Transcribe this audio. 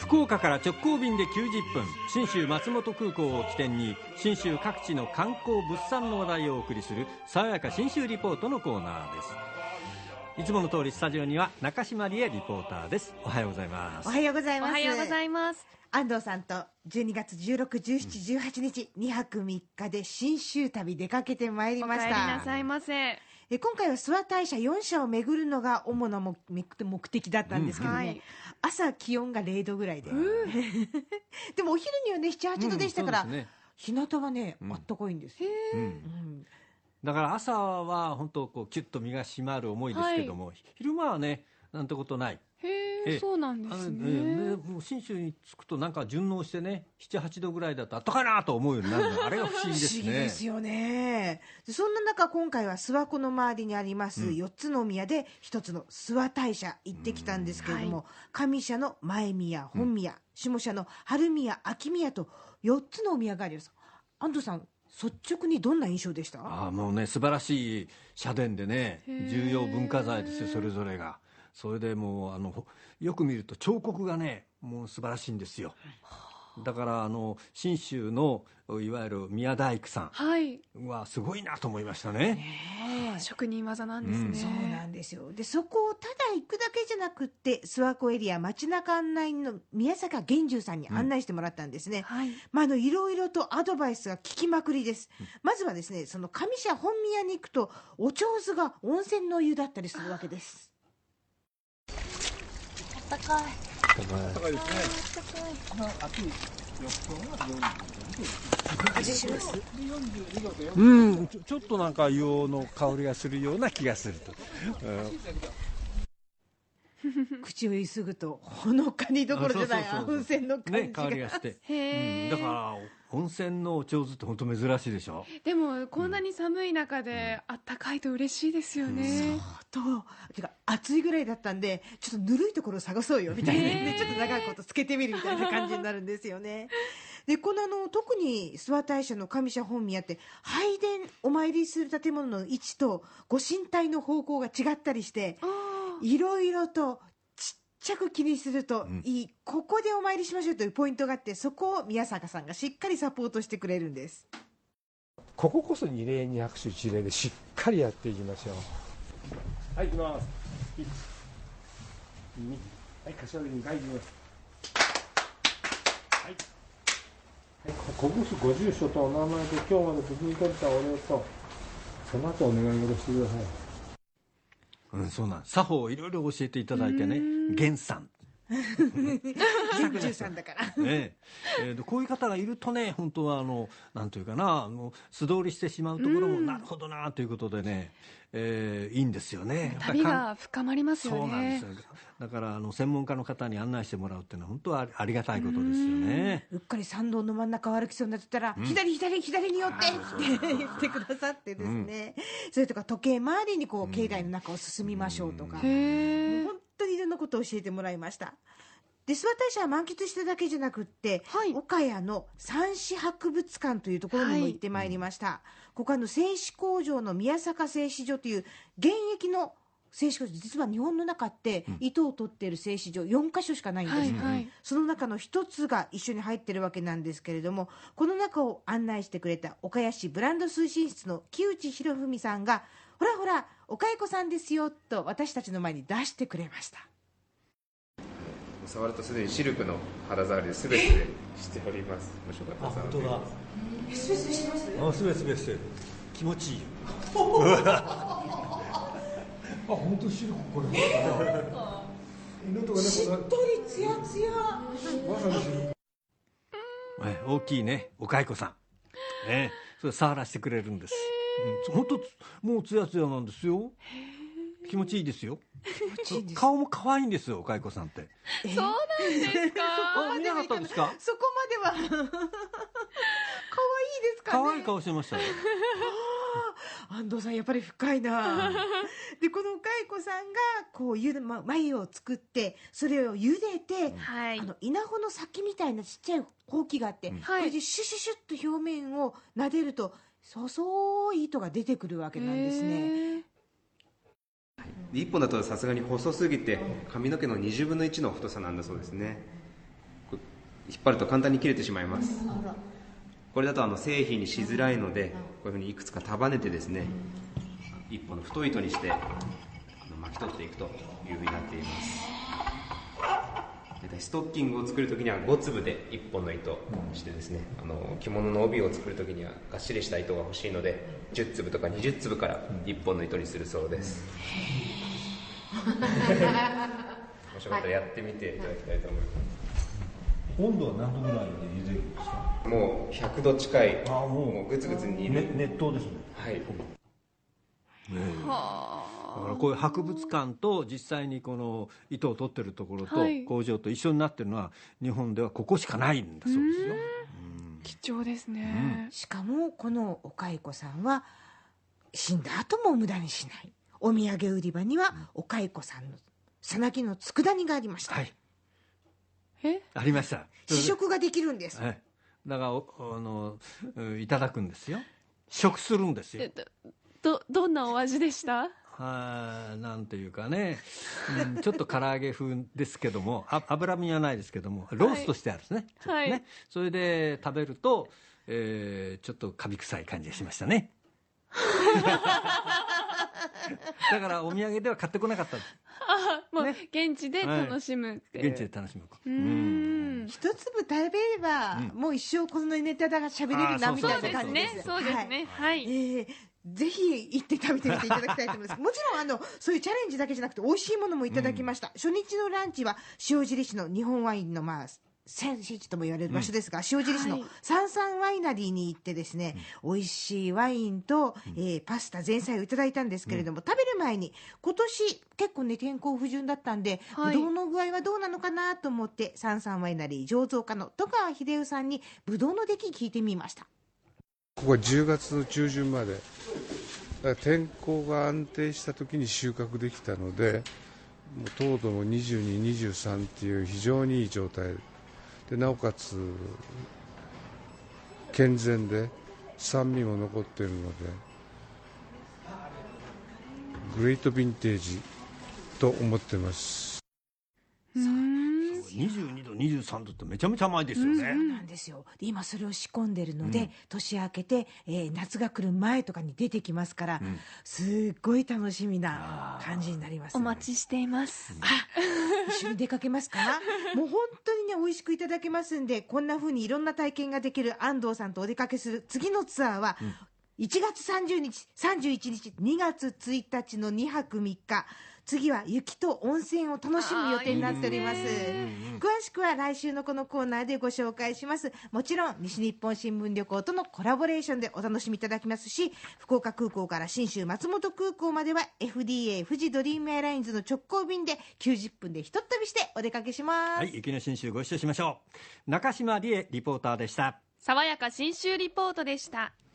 福岡から直行便で90分、信州松本空港を起点に信州各地の観光物産の話題をお送りする爽やか信州リポートのコーナーです。いつもの通りスタジオには中島理恵リポーターです。おはようございます。 おはようございます。 おはようございます。 安藤さんと12月16、17、18日、2泊3日で信州旅出かけてまいりました。 お帰りなさいませ。 今回は諏訪大社4社を巡るのが主な目的だったんですけどね、 はい、 朝気温が0度ぐらいででもお昼にはね7、8度でしたから、日向はね、あったかいんですよ。 だから朝は本当こうキュッと身が締まる思いですけども、昼間はねなんてことない。 そうなんですね。 もう信州に着くとなんか順応してね7、8度ぐらいだとあったかいなと思うようになるのあれが不思議ですね。 不思議ですよね。そんな中今回は諏訪湖の周りにあります4つの宮で1つの諏訪大社行ってきたんですけれども、上社の前宮、本宮、下社の春宮、秋宮と4つのお宮があります。安藤さん、率直にどんな印象でした？ もうね素晴らしい社殿でね、重要文化財ですよ、それぞれが。それでもうよく見ると彫刻がねもう素晴らしいんですよ。だから信州のいわゆる宮大工さんはすごいなと思いましたね。 職人技なんですね。 そうなんですよ。でそこをただ行くだけじゃなくって諏訪湖エリア街中案内の宮坂源十さんに案内してもらったんですね。いろいろとアドバイスが聞きまくりです。まずはですね、その上社本宮に行くとおちょうずが温泉のお湯だったりするわけです。 あったかい。 あったかいですね。 暑い味します。 ちょっとなんか硫黄の香りがするような気がすると。 口をゆすぐとほのかにどころじゃない温泉の感じが、 香りがして、だから温泉のおちょうずって本当珍しいでしょ。 でもこんなに寒い中であったかいと嬉しいですよね。 てか暑いぐらいだったんでちょっとぬるいところを探そうよみたいな、ちょっと長いことつけてみるみたいな感じになるんですよね。でこの特に諏訪大社の上社本宮って拝殿お参りする建物の位置とご神体の方向が違ったりしていろいろとちっちゃく気にするといい、ここでお参りしましょうというポイントがあって、そこを宮坂さんがしっかりサポートしてくれるんです。 こここそ二礼二拍手一礼でしっかりやっていきましょう。はい、行きます。1、2、はい、柏木に書いてみます。はい、こぶすご住所とお名前と今日まで無事に取ったお礼とその後お願い事してください。 そうなんです。作法をいろいろ教えていただいてね、源さん源十さんだからこういう方がいるとね、本当はなんというかな、素通りしてしまうところもなるほどなということでね、いいんですよね。 旅が深まりますよね。 そうなんですよ。だから専門家の方に案内してもらうっていうのは本当はありがたいことですよね。 うっかり参道の真ん中を歩きそうになってたら、左に寄ってって言ってくださってですね、それとか時計回りにこう境内の中を進みましょうとか、もう本当にいろんなことを教えてもらいました。で諏訪大社は満喫しただけじゃなくって、岡谷の三子博物館というところにも行ってまいりました。ここ製糸工場の宮坂製糸所という現役の製糸工場、実は日本の中って糸を取っている製糸場4カ所しかないんです、その中の一つが一緒に入ってるわけなんですけれども、この中を案内してくれた岡谷市ブランド推進室の木内博文さんが、ほらほら岡谷子さんですよと私たちの前に出してくれました。 触るとすでにシルクの肌触りでスベスベしております。もしよかったら触ってください。 スベスベしてます？ スベスベしてる。気持ちいいよ。 本当シルクこれ。 しっとりツヤツヤ。 まさにシルク。 大きいね、お蚕さん。それ触らせてくれるんです。本当もうツヤツヤなんですよ。気持ちいいですよ。顔も可愛いんですよ、お蚕さんって。 そうなんですか？ 見なかったんですか？ そこまでは可愛いですかね。 可愛い顔してましたよ。 安藤さんやっぱり深いな。でこのお蚕さんがこう眉を作ってそれを茹でて、稲穂の先みたいなちっちゃいほうきがあって、これでシュシュシュッと表面を撫でると細い糸が出てくるわけなんですね。 1本だとさすがに細すぎて髪の毛の20分の1の太さなんだそうですね。 引っ張ると簡単に切れてしまいます。これだと製品にしづらいので、こういうふうにいくつか束ねてですね、一本の太い糸にして巻き取っていくというふうになっています。ストッキングを作るときには5粒で1本の糸をしてですね、着物の帯を作るときにはがっしりした糸が欲しいので、10粒とか20粒から1本の糸にするそうです。もしよかったらやってみていただきたいと思います。 温度は何度ぐらいで茹でるんですか？ もう100度近い、もうグツグツ煮る、 熱湯ですね。 はい。 だからこういう博物館と実際にこの糸を取ってるところと工場と一緒になってるのは日本ではここしかないんだそうですよ。 貴重ですね。 しかもこのお蚕さんは死んだ後も無駄にしない。お土産売り場にはお蚕さんのさなぎの佃煮がありました。 はい。ありました。 試食ができるんです。 はい。だからいただくんですよ。試食するんですよ。 どんなお味でした？ なんていうかね、ちょっと唐揚げ風ですけども、脂身はないですけども、ローストしてあるんですね。 はい。 ね、それで食べると、ちょっとカビ臭い感じがしましたね。だからお土産では買ってこなかったんです。 もう現地で楽しむって。 現地で楽しむ。 一粒食べれば、もう一生このネタが喋れるなみたいな感じです。 そうですね。はい。 ぜひ行って食べてみていただきたいと思います。もちろんそういうチャレンジだけじゃなくて美味しいものもいただきました。初日のランチは塩尻市の日本ワインの聖地とも言われる場所ですが、塩尻市のサンサンワイナリーに行ってですね、美味しいワインと、パスタ前菜をいただいたんですけれども、食べる前に今年結構ね天候不順だったんで、ぶどうの具合はどうなのかなと思ってサンサンワイナリー醸造家の戸川秀夫さんにぶどうの出来聞いてみました。 ここは10月の中旬まで、天候が安定した時に収穫できたので、もう糖度も22、23っていう非常にいい状態で、なおかつ健全で酸味も残っているので、グレートヴィンテージと思ってます。 22度、23度ってめちゃめちゃ甘いですよね。 そうなんですよ。今それを仕込んでるので、年明けて、夏が来る前とかに出てきますから、すっごい楽しみな感じになります。 お待ちしています。 一緒に出かけますか？もう本当にね美味しくいただけますんで、こんな風にいろんな体験ができる安藤さんとお出かけする次のツアーは、1月30日、31日、2月1日の2泊3日。次は雪と温泉を楽しむ予定になっております。詳しくは来週のこのコーナーでご紹介します。もちろん西日本新聞旅行とのコラボレーションでお楽しみいただきますし、福岡空港から信州松本空港までは FDA 富士ドリームエアラインズの直行便で90分でひとっ飛びしてお出かけします。 はい、雪の信州ご一緒しましょう。中島理恵リポーターでした。 爽やか信州リポートでした。